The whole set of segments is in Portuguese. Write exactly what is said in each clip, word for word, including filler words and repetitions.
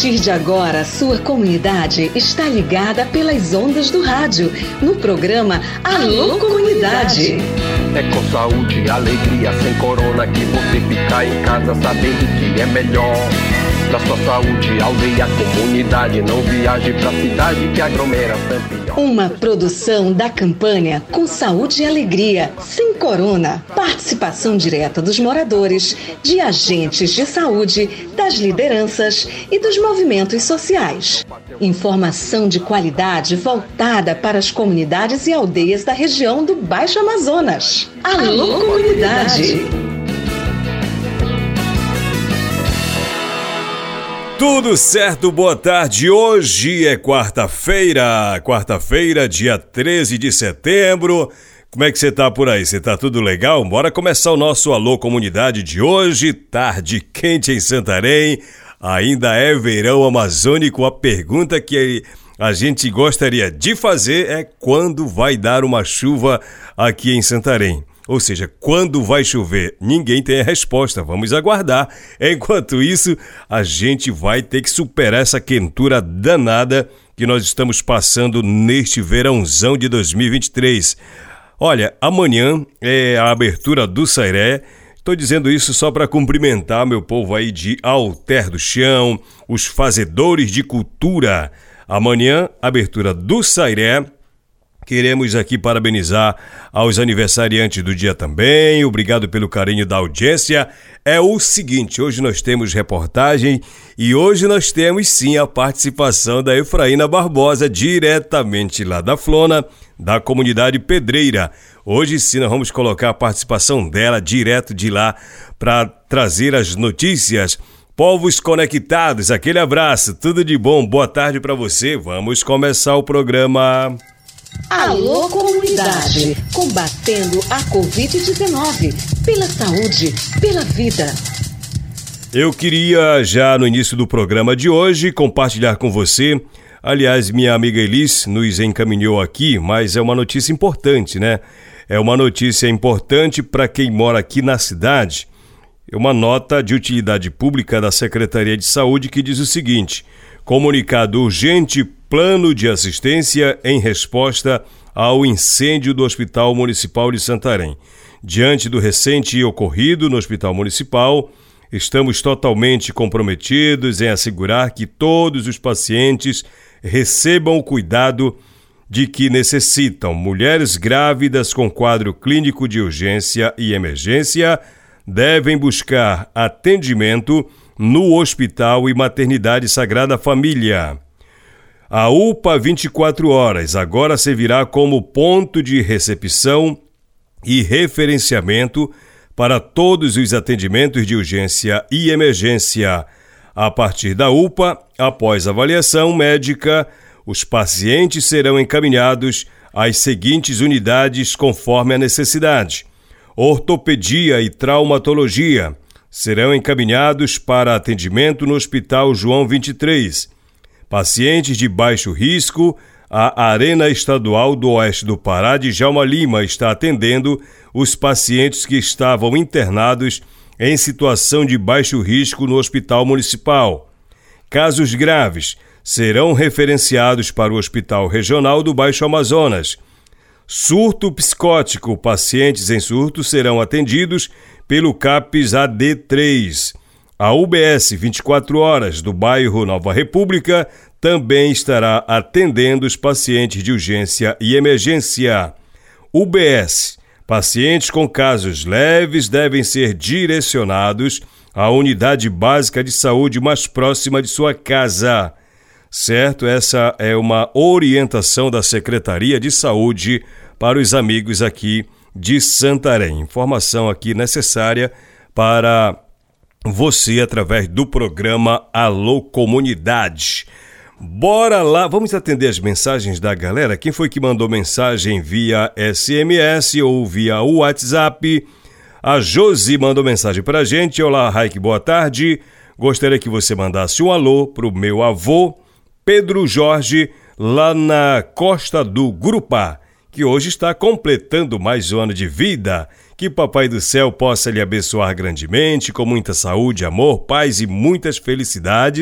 partir de agora, sua comunidade está ligada pelas ondas do rádio, no programa Alô Comunidade. É com saúde e alegria, sem corona, que você fica em casa sabendo que é melhor. Pra sua saúde, aldeia, comunidade, não viaje pra cidade que aglomera sempre. Uma produção da campanha Com Saúde e Alegria, sem corona. Participação direta dos moradores, de agentes de saúde, das lideranças e dos movimentos sociais. Informação de qualidade voltada para as comunidades e aldeias da região do Baixo Amazonas. Alô, Alô comunidade! Tudo certo, boa tarde. Hoje é quarta-feira, quarta-feira, dia treze de setembro. Como é que você tá por aí? Você tá tudo legal? Bora começar o nosso Alô Comunidade de hoje. Tarde quente em Santarém. Ainda é verão amazônico. A pergunta que a gente gostaria de fazer é quando vai dar uma chuva aqui em Santarém. Ou seja, quando vai chover? Ninguém tem a resposta, vamos aguardar. Enquanto isso, a gente vai ter que superar essa quentura danada que nós estamos passando neste verãozão de dois mil e vinte e três. Olha, amanhã é a abertura do Sairé. Estou dizendo isso só para cumprimentar meu povo aí de Alter do Chão, os fazedores de cultura. Amanhã, abertura do Sairé. Queremos aqui parabenizar aos aniversariantes do dia também. Obrigado pelo carinho da audiência. É o seguinte, hoje nós temos reportagem e hoje nós temos sim a participação da Efraína Barbosa, diretamente lá da Flona, da comunidade Pedreira. Hoje sim nós vamos colocar a participação dela direto de lá para trazer as notícias. Povos conectados, aquele abraço, tudo de bom, boa tarde para você. Vamos começar o programa... Alô Comunidade, combatendo a covid dezenove, pela saúde, pela vida. Eu queria já no início do programa de hoje compartilhar com você, aliás minha amiga Elis nos encaminhou aqui, mas é uma notícia importante, né? É uma notícia importante para quem mora aqui na cidade. É uma nota de utilidade pública da Secretaria de Saúde que diz o seguinte: comunicado urgente, plano de assistência em resposta ao incêndio do Hospital Municipal de Santarém. Diante do recente ocorrido no Hospital Municipal, estamos totalmente comprometidos em assegurar que todos os pacientes recebam o cuidado de que necessitam. Mulheres grávidas com quadro clínico de urgência e emergência devem buscar atendimento no Hospital e Maternidade Sagrada Família. A U P A vinte e quatro horas agora servirá como ponto de recepção e referenciamento para todos os atendimentos de urgência e emergência. A partir da U P A, após avaliação médica, os pacientes serão encaminhados às seguintes unidades conforme a necessidade. Ortopedia e traumatologia serão encaminhados para atendimento no Hospital João vinte e três. Pacientes de baixo risco, a Arena Estadual do Oeste do Pará de Djalma Lima está atendendo os pacientes que estavam internados em situação de baixo risco no Hospital Municipal. Casos graves serão referenciados para o Hospital Regional do Baixo Amazonas. Surto psicótico, pacientes em surto serão atendidos pelo CAPS A D três. A U B S vinte e quatro horas do bairro Nova República também estará atendendo os pacientes de urgência e emergência. U B S, pacientes com casos leves devem ser direcionados à unidade básica de saúde mais próxima de sua casa. Certo? Essa é uma orientação da Secretaria de Saúde para os amigos aqui de Santarém. Informação aqui necessária para você através do programa Alô Comunidade. Bora lá, vamos atender as mensagens da galera. Quem foi que mandou mensagem via S M S ou via WhatsApp? A Josi mandou mensagem pra gente. Olá, Raik, boa tarde. Gostaria que você mandasse um alô pro meu avô, Pedro Jorge, lá na Costa do Gurupá, que hoje está completando mais um ano de vida. Que Papai do Céu possa lhe abençoar grandemente, com muita saúde, amor, paz e muitas felicidades.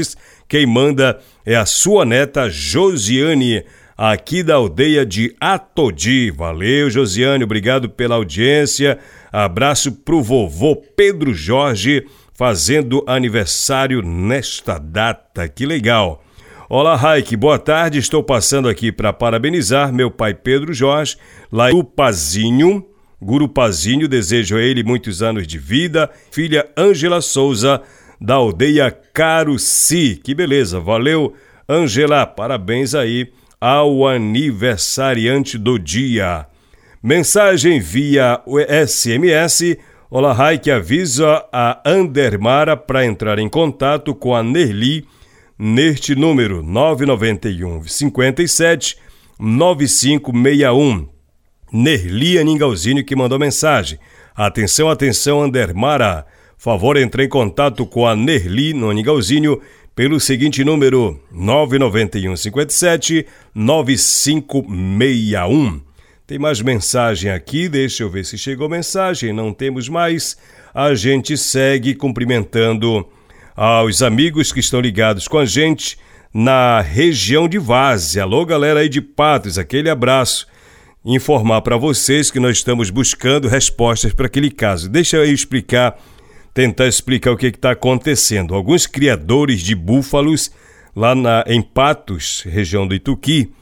Quem manda é a sua neta Josiane, aqui da aldeia de Atodi. Valeu, Josiane, obrigado pela audiência. Abraço pro vovô Pedro Jorge, fazendo aniversário nesta data. Que legal. Olá, Raik, boa tarde. Estou passando aqui para parabenizar meu pai Pedro Jorge, lá em Gurupazinho. Gurupazinho, desejo a ele muitos anos de vida. Filha Ângela Souza, da aldeia Caruci. Que beleza, valeu, Ângela. Parabéns aí ao aniversariante do dia. Mensagem via S M S. Olá, Raik, avisa a Andermara para entrar em contato com a Nerli neste número nove nove um, cinco sete, nove cinco seis um. Nerli Aningalzinho que mandou mensagem. Atenção, atenção, Andermara. Favor, entre em contato com a Nerli no Aningalzinho pelo seguinte número nove nove um, cinco sete, nove cinco seis um. Tem mais mensagem aqui, deixa eu ver se chegou mensagem. Não temos mais. A gente segue cumprimentando aos amigos que estão ligados com a gente na região de Várzea. Alô, galera aí de Patos, aquele abraço. Informar para vocês que nós estamos buscando respostas para aquele caso. Deixa eu explicar, tentar explicar o que está acontecendo. Alguns criadores de búfalos lá na, em Patos, região do Ituqui,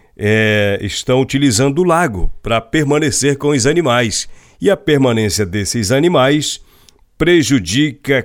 é, estão utilizando o lago para permanecer com os animais. E a permanência desses animais prejudica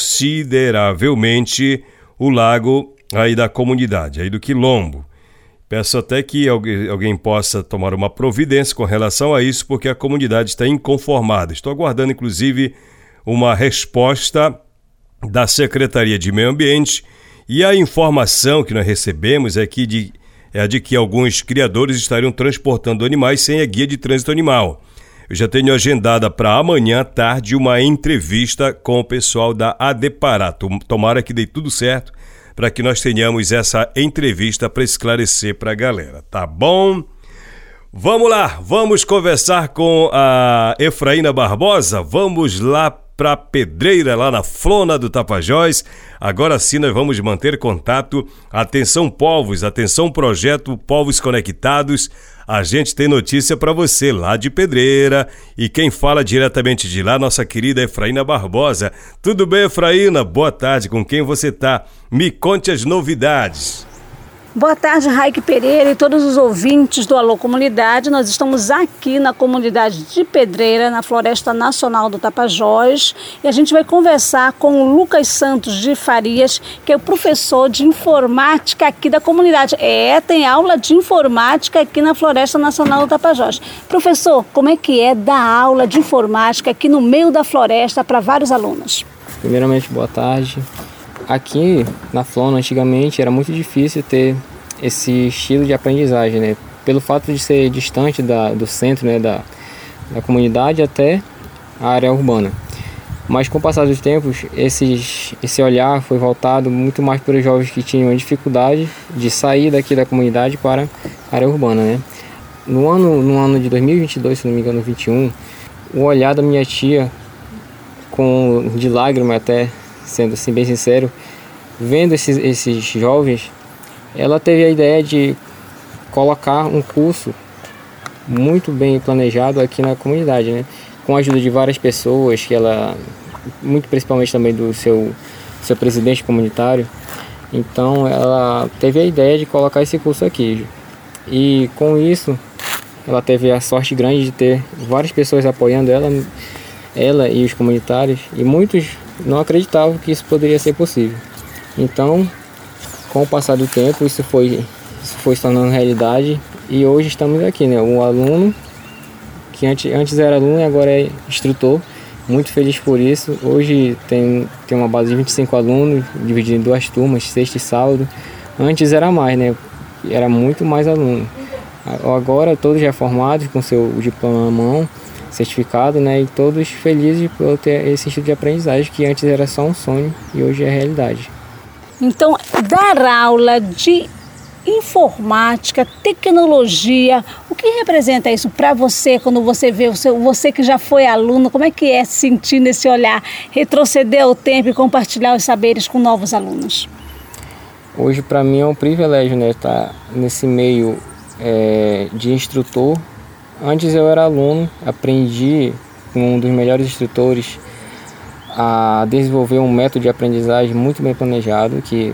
consideravelmente o lago aí da comunidade, aí do Quilombo. Peço até que alguém, alguém possa tomar uma providência com relação a isso, porque a comunidade está inconformada. Estou aguardando, inclusive, uma resposta da Secretaria de Meio Ambiente, e a informação que nós recebemos é, que de, é a de que alguns criadores estariam transportando animais sem a guia de trânsito animal. Eu já tenho agendada para amanhã à tarde uma entrevista com o pessoal da Adepará. Tomara que dê tudo certo para que nós tenhamos essa entrevista para esclarecer para a galera, tá bom? Vamos lá, vamos conversar com a Efraína Barbosa, vamos lá para Pedreira, lá na Flona do Tapajós. Agora sim nós vamos manter contato. Atenção, povos, atenção, projeto Povos Conectados. A gente tem notícia para você lá de Pedreira, e quem fala diretamente de lá, nossa querida Efraína Barbosa. Tudo bem, Efraína? Boa tarde, com quem você tá? Me conte as novidades. Boa tarde, Raik Pereira e todos os ouvintes do Alô Comunidade. Nós estamos aqui na comunidade de Pedreira, na Floresta Nacional do Tapajós, e a gente vai conversar com o Lucas Santos de Farias, que é o professor de informática aqui da comunidade. É, tem aula de informática aqui na Floresta Nacional do Tapajós. Professor, como é que é dar aula de informática aqui no meio da floresta para vários alunos? Primeiramente, boa tarde. Aqui na Flona, antigamente, era muito difícil ter esse estilo de aprendizagem, né? Pelo fato de ser distante da, do centro, né, da, da comunidade até a área urbana. Mas com o passar dos tempos, esses, esse olhar foi voltado muito mais para os jovens que tinham dificuldade de sair daqui da comunidade para a área urbana, né? No ano, no ano de dois mil e vinte e dois, se não me engano, vinte e um, o olhar da minha tia, com, de lágrima até, sendo assim bem sincero, vendo esses, esses jovens, ela teve a ideia de colocar um curso muito bem planejado aqui na comunidade, né? Com a ajuda de várias pessoas, que ela, muito principalmente também do seu, seu presidente comunitário. Então ela teve a ideia de colocar esse curso aqui, e com isso ela teve a sorte grande de ter várias pessoas apoiando ela, ela e os comunitários, e muitos não acreditavam que isso poderia ser possível. Então, com o passar do tempo, isso foi, isso foi se tornando realidade, e hoje estamos aqui, né? Um aluno que antes, antes era aluno e agora é instrutor, muito feliz por isso. Hoje tem, tem uma base de vinte e cinco alunos, dividido em duas turmas, sexta e sábado. Antes era mais, né? Era muito mais aluno. Agora todos já formados, com seu diploma na mão, certificado, né? E todos felizes por ter esse instituto de aprendizagem que antes era só um sonho e hoje é realidade. Então, dar aula de informática, tecnologia, o que representa isso para você quando você vê o seu, você que já foi aluno, como é que é sentir nesse olhar, retroceder ao tempo e compartilhar os saberes com novos alunos? Hoje para mim é um privilégio, né, estar nesse meio é, de instrutor. Antes eu era aluno, aprendi com um dos melhores instrutores a desenvolver um método de aprendizagem muito bem planejado, que,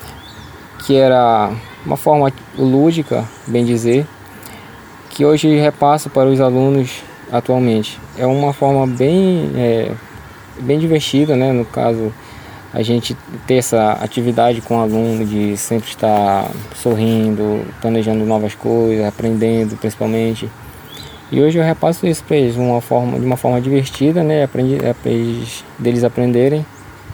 que era uma forma lúdica, bem dizer, que hoje repasso para os alunos atualmente. É uma forma bem, é, bem divertida, né? No caso, a gente ter essa atividade com o aluno de sempre estar sorrindo, planejando novas coisas, aprendendo principalmente. E hoje eu repasso isso para eles uma forma, de uma forma divertida, né? Aprendi, eles, deles aprenderem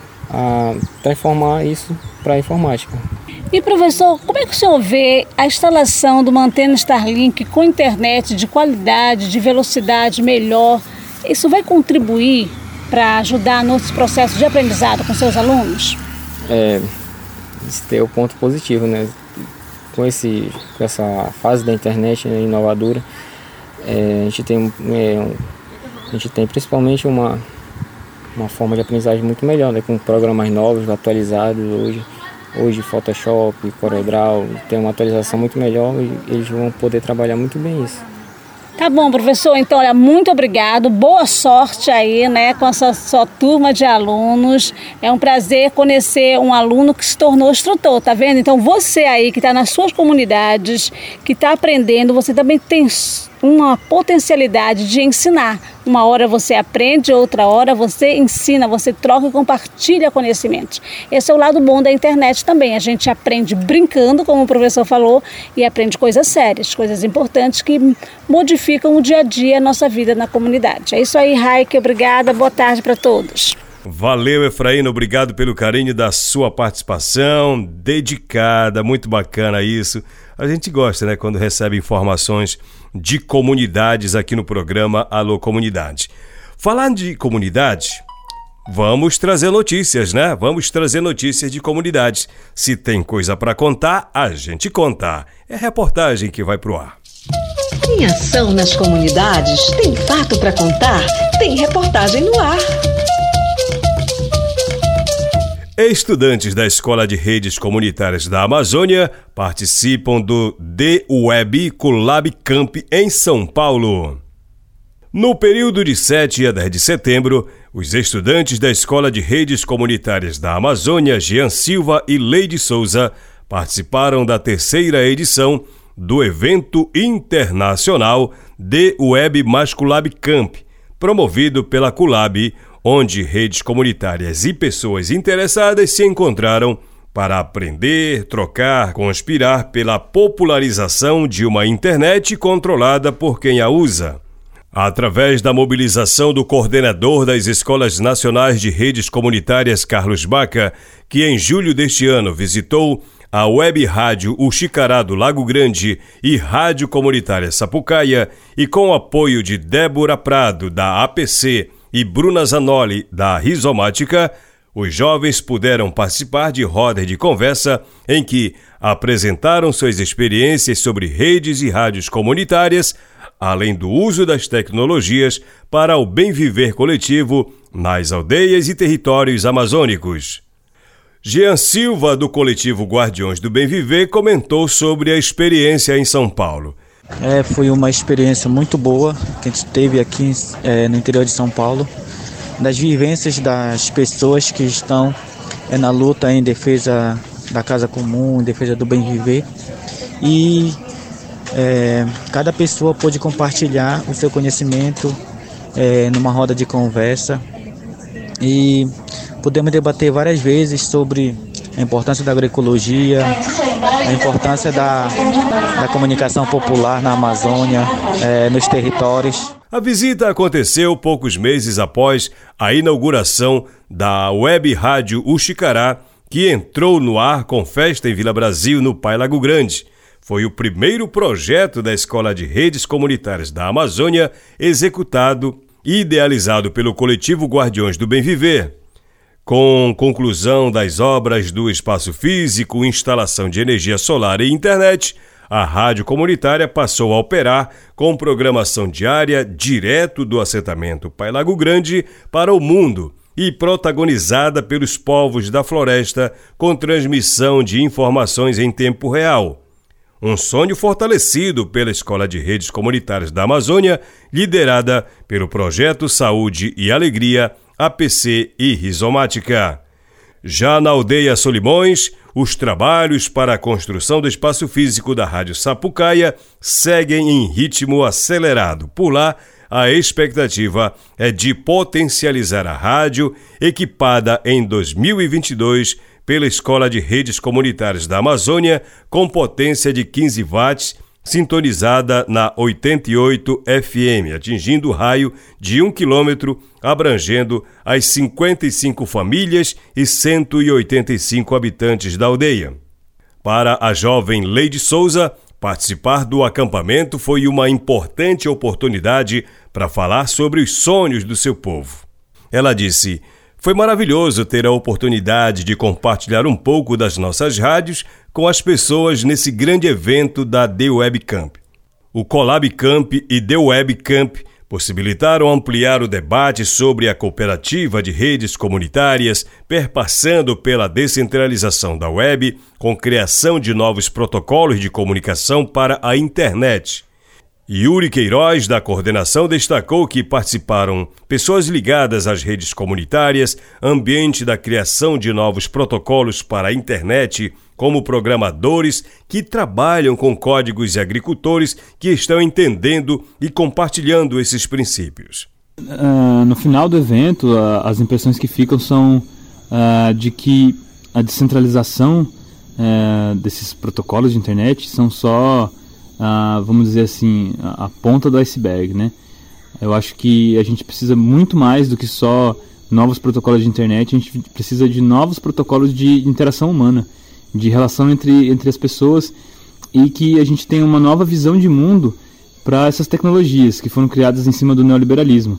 a transformar isso para a informática. E professor, como é que o senhor vê a instalação de uma antena Starlink com internet de qualidade, de velocidade melhor? Isso vai contribuir para ajudar nesse processo de aprendizado com seus alunos? É, isso é o ponto positivo, né? Com, esse, com essa fase da internet, né, inovadora, é, a, gente tem, é, um, a gente tem principalmente uma, uma forma de aprendizagem muito melhor, né? Com programas novos, atualizados hoje. Hoje Photoshop, CorelDRAW, tem uma atualização muito melhor e eles vão poder trabalhar muito bem isso. Tá bom, professor. Então, olha, muito obrigado. Boa sorte aí, né, com essa sua turma de alunos. É um prazer conhecer um aluno que se tornou instrutor, tá vendo? Então, você aí que está nas suas comunidades, que está aprendendo, você também tem uma potencialidade de ensinar. Uma hora você aprende, outra hora você ensina, você troca e compartilha conhecimentos. Esse é o lado bom da internet também. A gente aprende brincando, como o professor falou, e aprende coisas sérias, coisas importantes que modificam o dia a dia, a nossa vida na comunidade. É isso aí, Raik. Obrigada. Boa tarde para todos. Valeu, Efraína. Obrigado pelo carinho da sua participação dedicada. Muito bacana isso. A gente gosta, né, quando recebe informações de comunidades aqui no programa Alô Comunidade. Falando de comunidade, vamos trazer notícias, né? Vamos trazer notícias de comunidades. Se tem coisa para contar, a gente conta. É reportagem que vai pro ar. Em ação nas comunidades, tem fato para contar, tem reportagem no ar. Estudantes da Escola de Redes Comunitárias da Amazônia participam do D Web Colab Camp em São Paulo. No período de sete a dez de setembro, os estudantes da Escola de Redes Comunitárias da Amazônia, Jean Silva e Leide Souza, participaram da terceira edição do evento internacional D Web mais Colab Camp, promovido pela Colab, onde redes comunitárias e pessoas interessadas se encontraram para aprender, trocar, conspirar pela popularização de uma internet controlada por quem a usa. Através da mobilização do coordenador das Escolas Nacionais de Redes Comunitárias, Carlos Baca, que em julho deste ano visitou a Web Rádio Uxicará do Lago Grande e Rádio Comunitária Sapucaia, e com o apoio de Débora Prado, da A P C, e Bruna Zanoli, da Rizomática, os jovens puderam participar de rodas de conversa em que apresentaram suas experiências sobre redes e rádios comunitárias, além do uso das tecnologias para o bem viver coletivo nas aldeias e territórios amazônicos. Jean Silva, do coletivo Guardiões do Bem Viver, comentou sobre a experiência em São Paulo. É, foi uma experiência muito boa que a gente teve aqui é, no interior de São Paulo, das vivências das pessoas que estão é, na luta em defesa da casa comum, em defesa do bem viver, e é, cada pessoa pôde compartilhar o seu conhecimento é, numa roda de conversa, e pudemos debater várias vezes sobre a importância da agroecologia, a importância da, da comunicação popular na Amazônia, é, nos territórios. A visita aconteceu poucos meses após a inauguração da Web Rádio Uxicará, que entrou no ar com festa em Vila Brasil, no Pai Lago Grande. Foi o primeiro projeto da Escola de Redes Comunitárias da Amazônia executado e idealizado pelo coletivo Guardiões do Bem Viver. Com conclusão das obras do espaço físico, instalação de energia solar e internet, a rádio comunitária passou a operar com programação diária direto do assentamento Pai Lago Grande para o mundo e protagonizada pelos povos da floresta com transmissão de informações em tempo real. Um sonho fortalecido pela Escola de Redes Comunitárias da Amazônia, liderada pelo Projeto Saúde e Alegria, A P C e Rizomática. Já na aldeia Solimões, os trabalhos para a construção do espaço físico da Rádio Sapucaia seguem em ritmo acelerado. Por lá, a expectativa é de potencializar a rádio, equipada em dois mil e vinte e dois pela Escola de Redes Comunitárias da Amazônia, com potência de quinze watts, sintonizada na oitenta e oito F M, atingindo o raio de um quilômetro, abrangendo as cinquenta e cinco famílias e cento e oitenta e cinco habitantes da aldeia. Para a jovem Leide Souza, participar do acampamento foi uma importante oportunidade para falar sobre os sonhos do seu povo. Ela disse: "Foi maravilhoso ter a oportunidade de compartilhar um pouco das nossas rádios com as pessoas nesse grande evento da The Web Camp. O Colab Camp e The Web Camp possibilitaram ampliar o debate sobre a cooperativa de redes comunitárias, perpassando pela descentralização da web, com criação de novos protocolos de comunicação para a internet. Yuri Queiroz, da coordenação, destacou que participaram pessoas ligadas às redes comunitárias, ambiente da criação de novos protocolos para a internet, como programadores que trabalham com códigos e agricultores que estão entendendo e compartilhando esses princípios." Uh, no final do evento, uh, as impressões que ficam são uh, de que a descentralização uh, desses protocolos de internet são só... Uh, vamos dizer assim, a, a ponta do iceberg, né? Eu acho que a gente precisa muito mais do que só novos protocolos de internet. A gente precisa de novos protocolos de interação humana, de relação entre, entre as pessoas, e que a gente tenha uma nova visão de mundo para essas tecnologias que foram criadas em cima do neoliberalismo.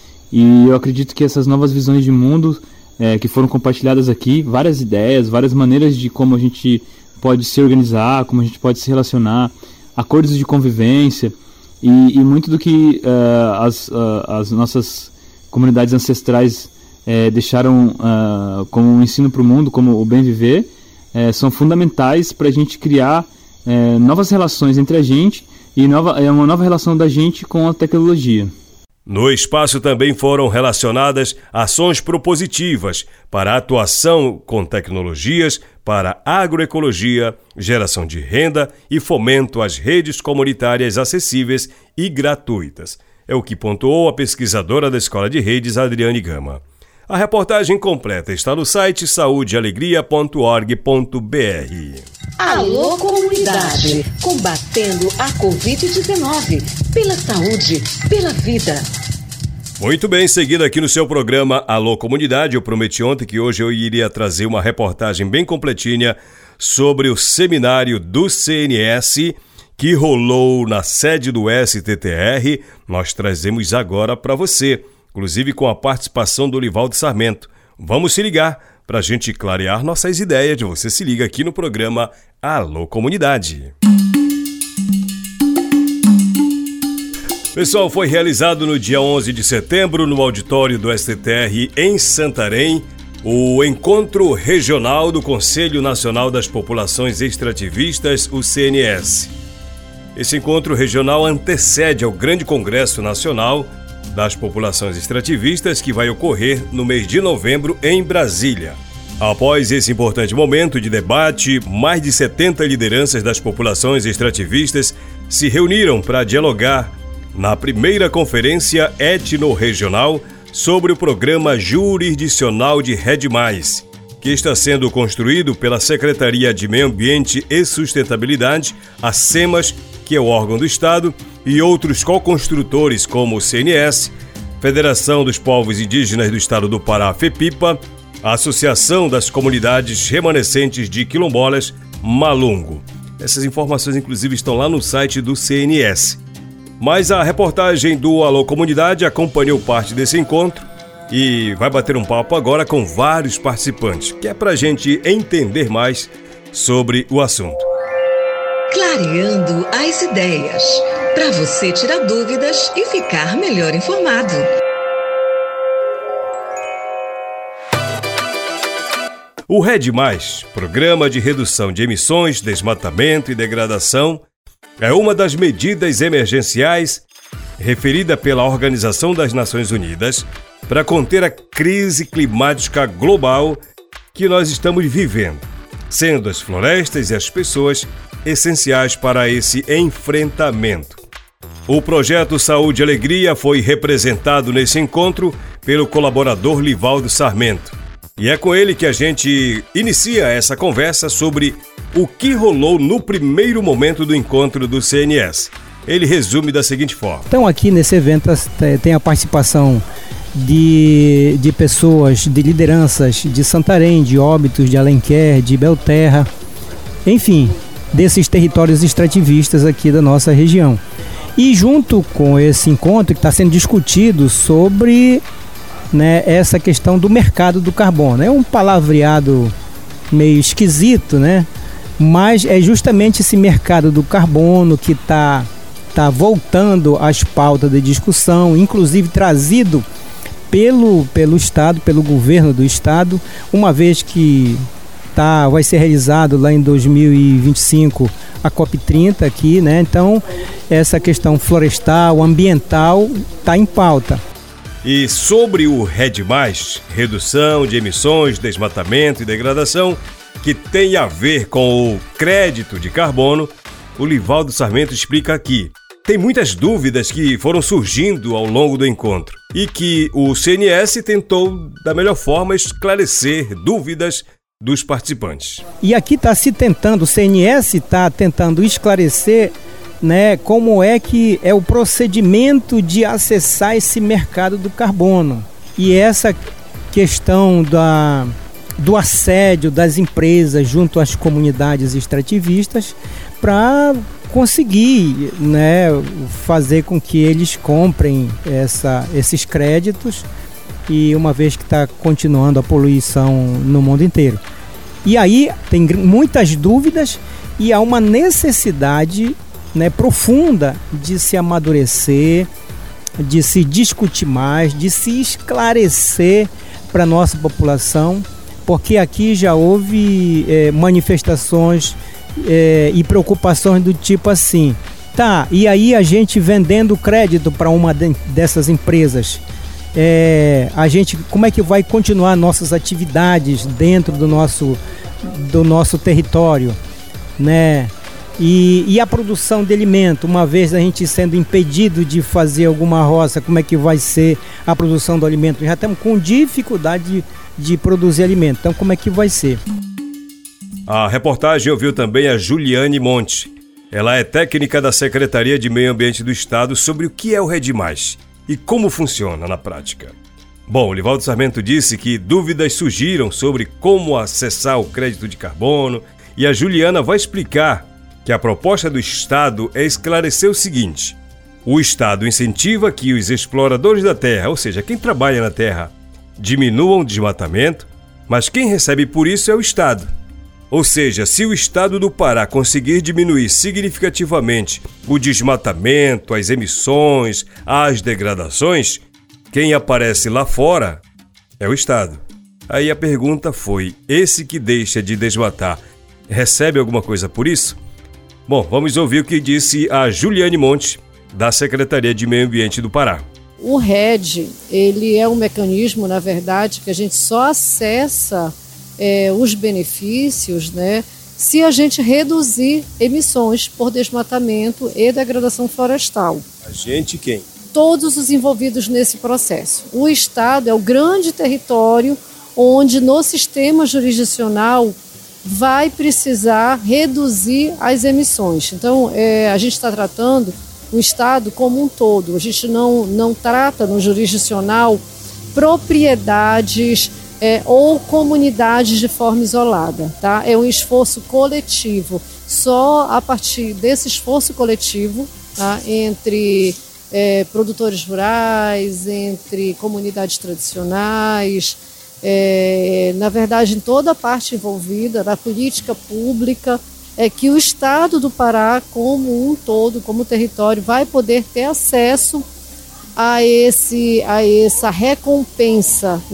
E eu acredito que essas novas visões de mundo é, que foram compartilhadas aqui, várias ideias, várias maneiras de como a gente pode se organizar, como a gente pode se relacionar, acordos de convivência e, e muito do que uh, as, uh, as nossas comunidades ancestrais uh, deixaram uh, como um ensino para o mundo, como o bem viver, uh, são fundamentais para a gente criar uh, novas relações entre a gente e nova, uh, uma nova relação da gente com a tecnologia. No espaço também foram relacionadas ações propositivas para a atuação com tecnologias para agroecologia, geração de renda e fomento às redes comunitárias acessíveis e gratuitas. É o que pontuou a pesquisadora da Escola de Redes, Adriane Gama. A reportagem completa está no site saúde alegria ponto org ponto br. Alô, comunidade, combatendo a covid dezenove, pela saúde, pela vida. Muito bem, seguindo aqui no seu programa Alô Comunidade, eu prometi ontem que hoje eu iria trazer uma reportagem bem completinha sobre o seminário do C N S que rolou na sede do S T T R. Nós trazemos agora para você, inclusive com a participação do Livaldo Sarmento. Vamos se ligar para a gente clarear nossas ideias. Você se liga aqui no programa Alô Comunidade. Pessoal, foi realizado no dia onze de setembro, no auditório do S T T R em Santarém, o Encontro Regional do Conselho Nacional das Populações Extrativistas, o C N S. Esse encontro regional antecede ao Grande Congresso Nacional das Populações Extrativistas, que vai ocorrer no mês de novembro em Brasília. Após esse importante momento de debate, mais de setenta lideranças das populações extrativistas se reuniram para dialogar na primeira conferência etno-regional sobre o programa jurisdicional de Rede Mais, que está sendo construído pela Secretaria de Meio Ambiente e Sustentabilidade, a SEMAS, que é o órgão do Estado, e outros co-construtores como o C N S, Federação dos Povos Indígenas do Estado do Pará, FEPIPA, a Associação das Comunidades Remanescentes de Quilombolas, Malungo. Essas informações, inclusive, estão lá no site do C N S. Mas a reportagem do Alô Comunidade acompanhou parte desse encontro e vai bater um papo agora com vários participantes, que é para a gente entender mais sobre o assunto. Clareando as ideias, para você tirar dúvidas e ficar melhor informado. O RED mais, Programa de Redução de Emissões, Desmatamento e Degradação, é uma das medidas emergenciais referida pela Organização das Nações Unidas para conter a crise climática global que nós estamos vivendo, sendo as florestas e as pessoas essenciais para esse enfrentamento. O projeto Saúde e Alegria foi representado nesse encontro pelo colaborador Livaldo Sarmento. E é com ele que a gente inicia essa conversa sobre o que rolou no primeiro momento do encontro do C N S. Ele resume da seguinte forma. Então aqui nesse evento tem a participação de, de pessoas, de lideranças de Santarém, de Óbidos, de Alenquer, de Belterra, enfim, desses territórios extrativistas aqui da nossa região. E junto com esse encontro que está sendo discutido sobre, né, essa questão do mercado do carbono. É um palavreado meio esquisito, né? Mas é justamente esse mercado do carbono que está tá voltando às pautas de discussão, inclusive trazido pelo, pelo Estado, pelo governo do Estado, uma vez que tá, vai ser realizado lá em dois mil e vinte e cinco a COP trinta aqui, né? Então, essa questão florestal, ambiental, está em pauta. E sobre o RED mais, Redução de Emissões, Desmatamento e Degradação, que tem a ver com o crédito de carbono, o Livaldo Sarmento explica aqui. Tem muitas dúvidas que foram surgindo ao longo do encontro e que o C N S tentou, da melhor forma, esclarecer dúvidas dos participantes. E aqui está se tentando, o C N S está tentando esclarecer, né, como é que é o procedimento de acessar esse mercado do carbono. E essa questão da, do assédio das empresas junto às comunidades extrativistas para conseguir, né, fazer com que eles comprem essa, esses créditos, e uma vez que está continuando a poluição no mundo inteiro. E aí tem muitas dúvidas e há uma necessidade, né, profunda de se amadurecer, de se discutir mais, de se esclarecer para a nossa população, porque aqui já houve é, manifestações é, e preocupações do tipo assim, tá, e aí a gente vendendo crédito para uma de, dessas empresas, é, a gente, como é que vai continuar nossas atividades dentro do nosso, do nosso território, né? E, e a produção de alimento, uma vez a gente sendo impedido de fazer alguma roça, como é que vai ser a produção do alimento? Já estamos com dificuldade de, de produzir alimento, então como é que vai ser? A reportagem ouviu também a Juliane Monte. Ela é técnica da Secretaria de Meio Ambiente do Estado sobre o que é o RED mais e como funciona na prática. Bom, o Livaldo Sarmento disse que dúvidas surgiram sobre como acessar o crédito de carbono e a Juliana vai explicar que a proposta do Estado é esclarecer o seguinte: o Estado incentiva que os exploradores da terra, ou seja, quem trabalha na terra, diminuam o desmatamento, mas quem recebe por isso é o Estado. Ou seja, se o Estado do Pará conseguir diminuir significativamente o desmatamento, as emissões, as degradações, quem aparece lá fora é o Estado. Aí a pergunta foi: esse que deixa de desmatar recebe alguma coisa por isso? Bom, vamos ouvir o que disse a Juliane Monte, da Secretaria de Meio Ambiente do Pará. O RED, ele é um mecanismo, na verdade, que a gente só acessa é, os benefícios, né, se a gente reduzir emissões por desmatamento e degradação florestal. A gente quem? Todos os envolvidos nesse processo. O Estado é o grande território onde, no sistema jurisdicional, vai precisar reduzir as emissões. Então, é, a gente está tratando o Estado como um todo. A gente não, não trata no jurisdicional propriedades é, ou comunidades de forma isolada. Tá? É um esforço coletivo. Só a partir desse esforço coletivo, tá, entre é, produtores rurais, entre comunidades tradicionais, É, na verdade, em toda a parte envolvida da política pública, é que o Estado do Pará, como um todo, como território, vai poder ter acesso a, esse, a essa recompensa, né,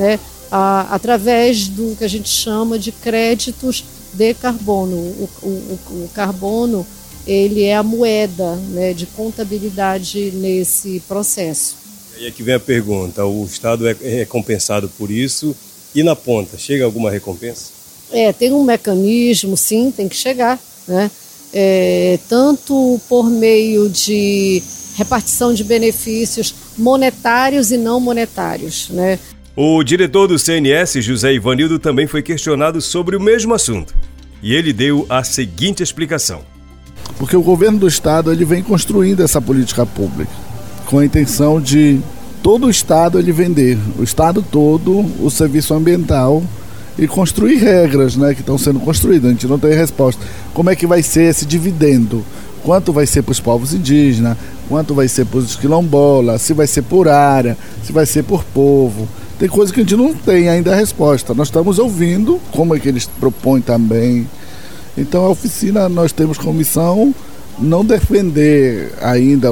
a, através do que a gente chama de créditos de carbono. O, o, o carbono, ele é a moeda, né, de contabilidade nesse processo. E aqui vem a pergunta, o Estado é recompensado por isso e na ponta, chega alguma recompensa? É, tem um mecanismo, sim, tem que chegar, né? É, tanto por meio de repartição de benefícios monetários e não monetários, né? O diretor do C N S, José Ivanildo, também foi questionado sobre o mesmo assunto. E ele deu a seguinte explicação. Porque o governo do Estado ele vem construindo essa política pública com a intenção de todo o Estado ele vender, o Estado todo, o serviço ambiental e construir regras, né, que estão sendo construídas. A gente não tem resposta. Como é que vai ser esse dividendo? Quanto vai ser para os povos indígenas? Quanto vai ser para os quilombolas? Se vai ser por área? Se vai ser por povo? Tem coisa que a gente não tem ainda a resposta. Nós estamos ouvindo como é que eles propõem também. Então a oficina, nós temos como missão não defender ainda o,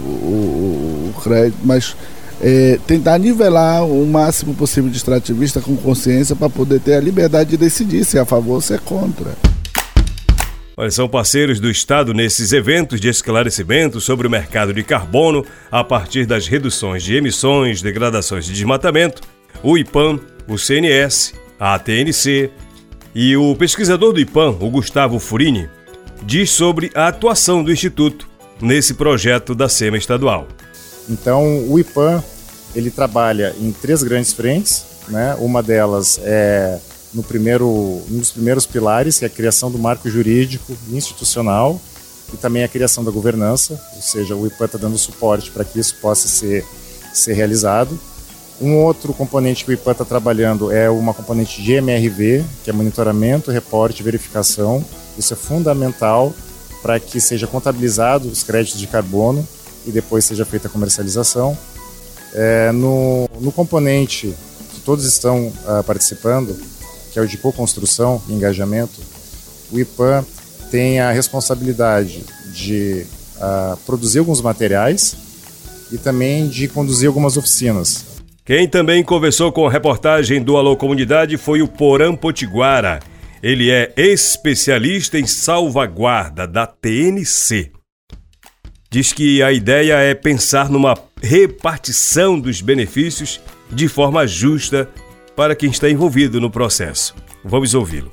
o, o crédito, mas é, tentar nivelar o máximo possível de extrativista com consciência para poder ter a liberdade de decidir se é a favor ou se é contra. Olha, são parceiros do Estado nesses eventos de esclarecimento sobre o mercado de carbono a partir das reduções de emissões, degradações de desmatamento, o IPAM, o C N S, a A T N C e o pesquisador do IPAM, o Gustavo Furini, diz sobre a atuação do Instituto nesse projeto da SEMA estadual. Então, o IPAM, ele trabalha em três grandes frentes, né? Uma delas é no primeiro, um dos primeiros pilares, que é a criação do marco jurídico institucional e também a criação da governança, ou seja, o IPAM está dando suporte para que isso possa ser, ser realizado. Um outro componente que o IPAM está trabalhando é uma componente de M R V, que é monitoramento, reporte e verificação. Isso é fundamental para que seja contabilizado os créditos de carbono e depois seja feita a comercialização. É, no, no componente que todos estão uh, participando, que é o de co-construção e engajamento, o IPAM tem a responsabilidade de uh, produzir alguns materiais e também de conduzir algumas oficinas. Quem também conversou com a reportagem do Alô Comunidade foi o Porã Potiguara. Ele é especialista em salvaguarda da T N C. Diz que a ideia é pensar numa repartição dos benefícios de forma justa para quem está envolvido no processo. Vamos ouvi-lo.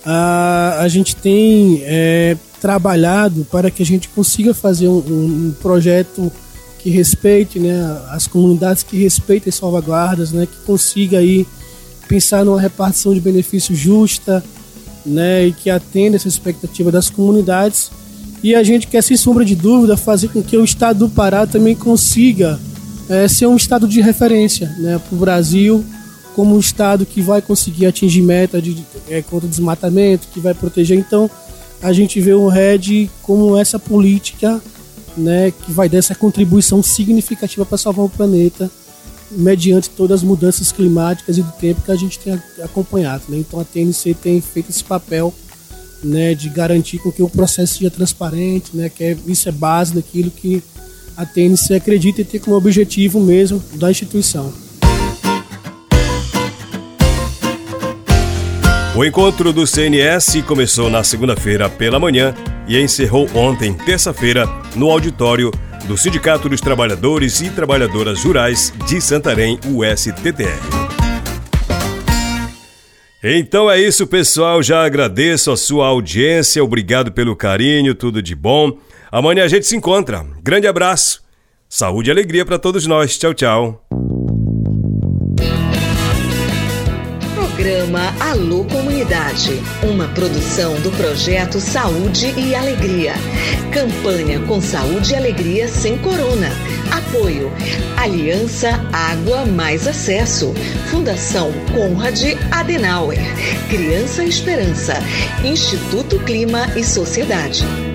A, a gente tem é, trabalhado para que a gente consiga fazer um, um projeto que respeite, né, as comunidades, que respeitem as salvaguardas, né, que consiga aí pensar numa repartição de benefícios justa, né, e que atenda essa expectativa das comunidades. E a gente quer, sem sombra de dúvida, fazer com que o estado do Pará também consiga é, ser um estado de referência, né, para o Brasil, como um estado que vai conseguir atingir meta de, é, contra o desmatamento, que vai proteger. Então, a gente vê o R E D como essa política, né, que vai dar essa contribuição significativa para salvar o planeta, mediante todas as mudanças climáticas e do tempo que a gente tem acompanhado, né? Então a T N C tem feito esse papel, né, de garantir com que o processo seja transparente, né, que é, isso é base daquilo que a T N C acredita e tem como objetivo mesmo da instituição. O encontro do C N S começou na segunda-feira pela manhã e encerrou ontem, terça-feira, no auditório do Sindicato dos Trabalhadores e Trabalhadoras Rurais de Santarém, o S T T R. Então é isso, pessoal. Já agradeço a sua audiência. Obrigado pelo carinho, tudo de bom. Amanhã a gente se encontra. Grande abraço. Saúde e alegria para todos nós. Tchau, tchau. Programa Alô Comunidade, uma produção do projeto Saúde e Alegria. Campanha com Saúde e Alegria sem corona. Apoio Aliança Água Mais Acesso. Fundação Konrad Adenauer. Criança Esperança. Instituto Clima e Sociedade.